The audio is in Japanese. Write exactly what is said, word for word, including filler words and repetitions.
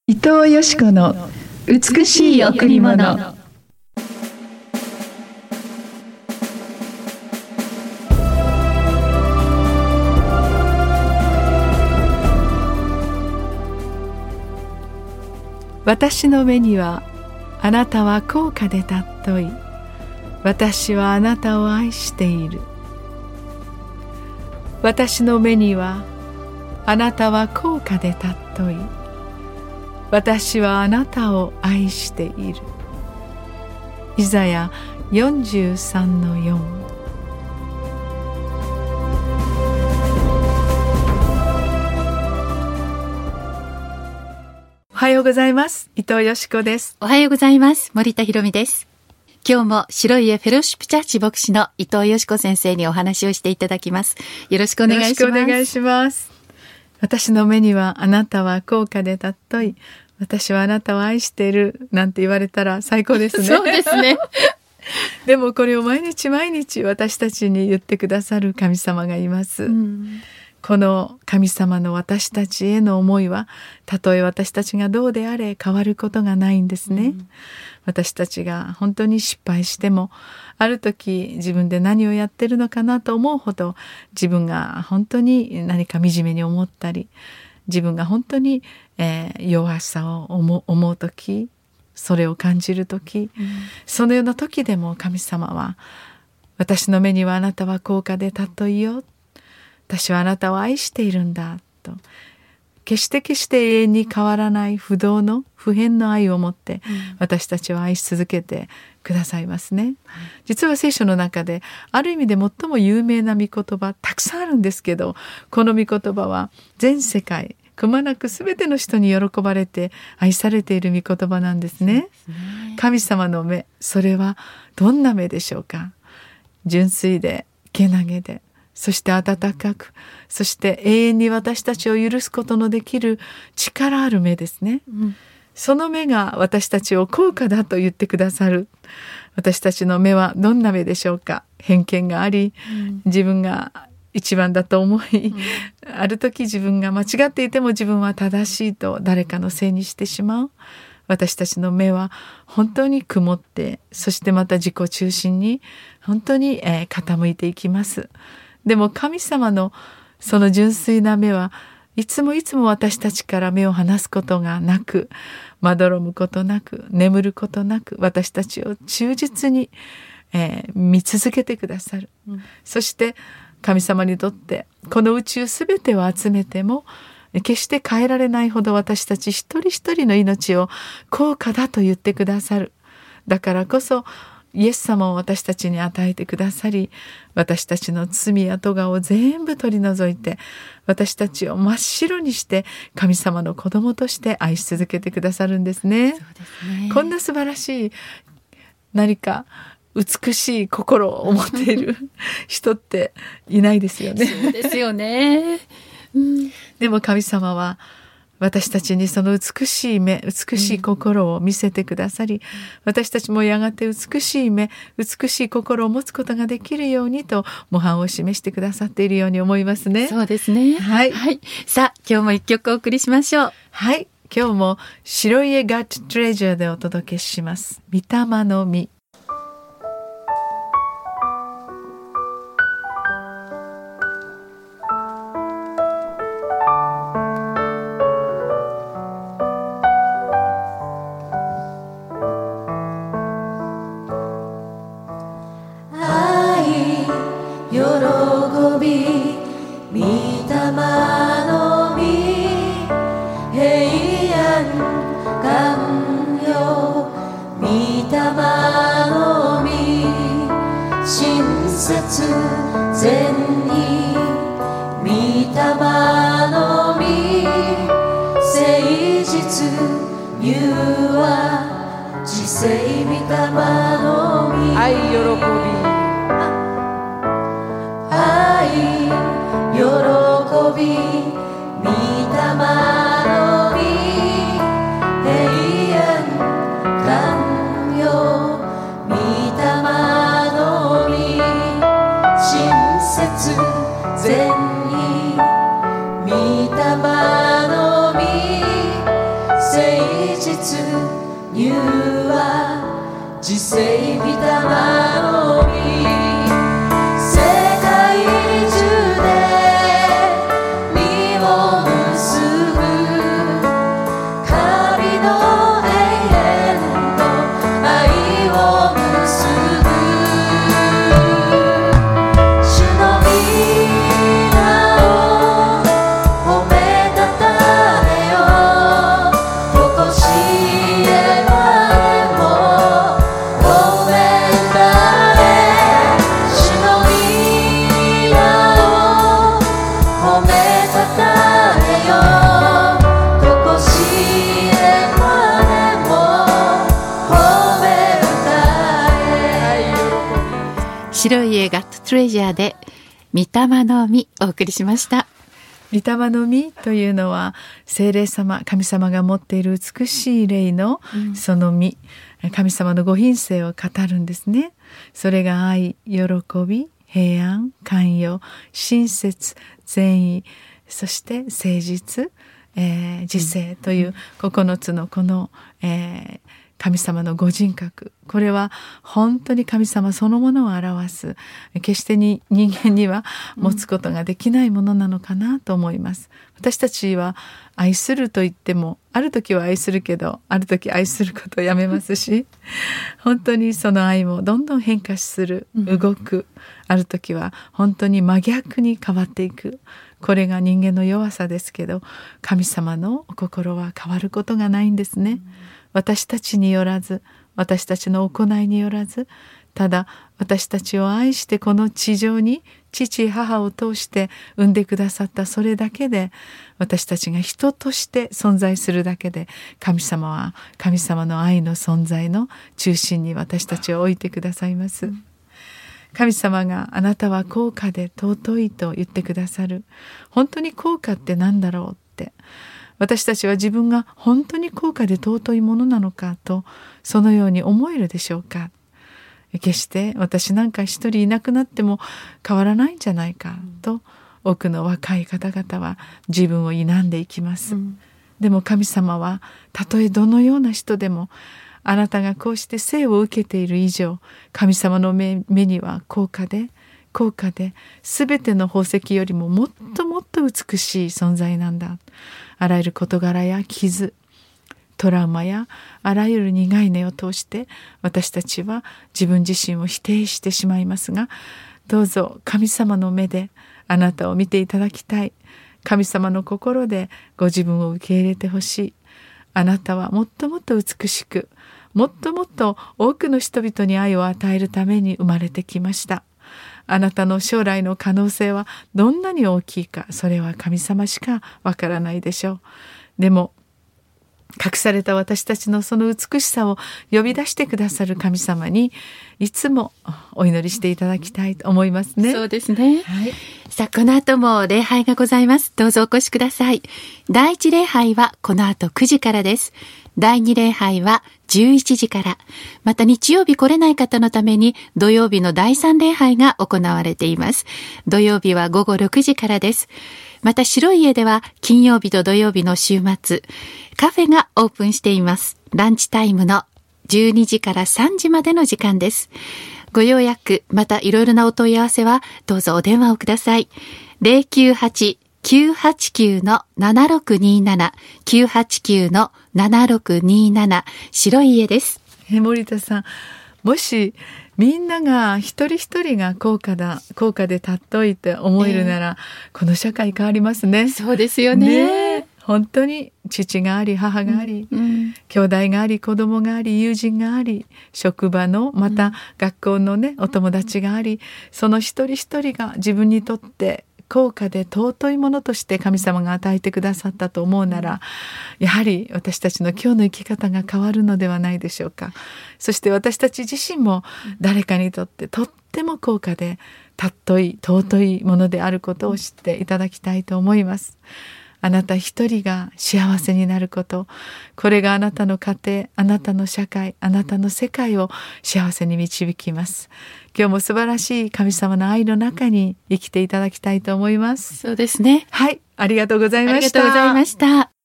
伊藤よし子の美しい贈り物。私の目にはあなたは高価で尊い。私はあなたを愛している。私の目にはあなたは高価で尊い。私はあなたを愛している。イザヤよんじゅうさんのよん。おはようございます。伊藤よし子です。 おはようございます。森田博美です。今日も白い家フェローシップチャーチ牧師の伊藤よし子先生にお話をしていただきます。よろしくお願いします。 よろしくお願いします。私の目にはあなたは高価で尊い。私はあなたを愛しているなんて言われたら最高ですね。 そうですね。 でもこれを毎日毎日私たちに言ってくださる神様がいます。うん、この神様の私たちへの思いはたとえ私たちがどうであれ変わることがないんですね。うん、私たちが本当に失敗してもある時自分で何をやってるのかなと思うほど自分が本当に何か惨めに思ったり自分が本当に、えー、弱さを思う、思う時それを感じる時、うん、そのような時でも神様は私の目にはあなたは高価で尊いよ。私はあなたを愛しているんだと決して決して永遠に変わらない不動の不変の愛を持って私たちを愛し続けてくださいますね。うん、実は聖書の中である意味で最も有名な御言葉たくさんあるんですけどこの御言葉は全世界くまなくすべての人に喜ばれて愛されている御言葉なんですね。そうですね。神様の目それはどんな目でしょうか。純粋でけなげでそして温かくそして永遠に私たちを許すことのできる力ある目ですね。うん、その目が私たちを高価だと言ってくださる。私たちの目はどんな目でしょうか。偏見があり、うん、自分が一番だと思い、うん、ある時自分が間違っていても自分は正しいと誰かのせいにしてしまう。私たちの目は本当に曇ってそしてまた自己中心に本当に、えー、傾いていきます。でも神様のその純粋な目はいつもいつも私たちから目を離すことがなくまどろむことなく眠ることなく私たちを忠実に、えー、見続けてくださる。うん、そして神様にとってこの宇宙すべてを集めても決して変えられないほど私たち一人一人の命を高価だと言ってくださる。だからこそイエス様を私たちに与えてくださり私たちの罪や咎を全部取り除いて私たちを真っ白にして神様の子供として愛し続けてくださるんですね。そうですね。こんな素晴らしい何か美しい心を持っている人っていないですよね。 そうですよね。うん、 でも神様は私たちにその美しい目美しい心を見せてくださり、うん、私たちもやがて美しい目美しい心を持つことができるようにと模範を示してくださっているように思いますね。 そうですね。はい、はい、さあ今日も一曲お送りしましょう。 はい、今日も白い家 God Treasure でお届けします。御霊の実。 善意御霊の実誠実柔和知性御霊の実愛喜び愛喜び御霊の実平安寛容御霊の実親切善意御霊の実誠実ニューは次世御霊の実世界中で実を結ぶ神の永遠と愛を結ぶ主の御名を褒めたたえよ常しえまでも褒めたえ主の御名を褒めたたえよ常しえまでも褒めたえ白い家ガットトレジャーで御霊の実お送りしました。 御霊の実というのは聖霊様、神様が持っている美しい霊のその実、神様のご品性を語るんですね。それが愛、喜び、平安、寛容、親切、善意、そして誠実、えー、自制というここのつのこの、えー神様のご人格、これは本当に神様そのものを表す、決してに人間には持つことができないものなのかなと思います。私たちは愛すると言っても、ある時は愛するけど、ある時愛することをやめますし、本当にその愛もどんどん変化する、動く、ある時は本当に真逆に変わっていく。これが人間の弱さですけど、神様のお心は変わることがないんですね。私たちによらず、私たちの行いによらず、ただ私たちを愛してこの地上に父母を通して産んでくださったそれだけで、私たちが人として存在するだけで、神様は神様の愛の存在の中心に私たちを置いてくださいます。神様があなたは高価で尊いと言ってくださる。本当に高価って何だろうって、私たちは自分が本当に高価で尊いものなのかと、そのように思えるでしょうか。決して私なんか一人いなくなっても変わらないんじゃないかと、多くの若い方々は自分を否んでいきます、うん、でも神様はたとえどのような人でも、あなたがこうして生を受けている以上、神様の 目, 目には高価で高価で、すべての宝石よりももっともっと美しい存在なんだ。あらゆる事柄や傷、トラウマやあらゆる苦い根を通して私たちは自分自身を否定してしまいますが、どうぞ神様の目であなたを見ていただきたい。神様の心でご自分を受け入れてほしい。あなたはもっともっと美しく、もっともっと多くの人々に愛を与えるために生まれてきました。あなたの将来の可能性はどんなに大きいか、それは神様しかわからないでしょう。でも隠された私たちのその美しさを呼び出してくださる神様にいつもお祈りしていただきたいと思いますね。 そうですね、 はい、 さあこの後も礼拝がございます。どうぞお越しください。第一礼拝はこの後くじからです。第二礼拝はじゅういちじから、また日曜日来れない方のために土曜日の第三礼拝が行われています。土曜日はごごろくじからです。また白い家では金曜日と土曜日の週末、カフェがオープンしています。ランチタイムのじゅうにじからさんじまでの時間です。ご予約、またいろいろなお問い合わせはどうぞお電話をください。ゼロきゅうはち きゅうはちきゅう ななろくになな きゅうはちきゅう ななろくになな、白い家です。 え森田さん、もしみんなが一人一人が高価だ高価で尊いと思えるなら、えー、この社会変わりますね。 そうですよ ね, ね。本当に父があり母があり、うんうん、兄弟があり子供があり友人があり、職場のまた学校のね、お友達があり、その一人一人が自分にとって高価で尊いものとして神様が与えてくださったと思うなら、やはり私たちの今日の生き方が変わるのではないでしょうか。そして私たち自身も誰かにとってとっても高価で尊い尊いものであることを知っていただきたいと思います。あなた一人が幸せになること、これがあなたの家庭、あなたの社会、あなたの世界を幸せに導きます。今日も素晴らしい神様の愛の中に生きていただきたいと思います。 そうですね。 はい、ありがとうございました。 ありがとうございました。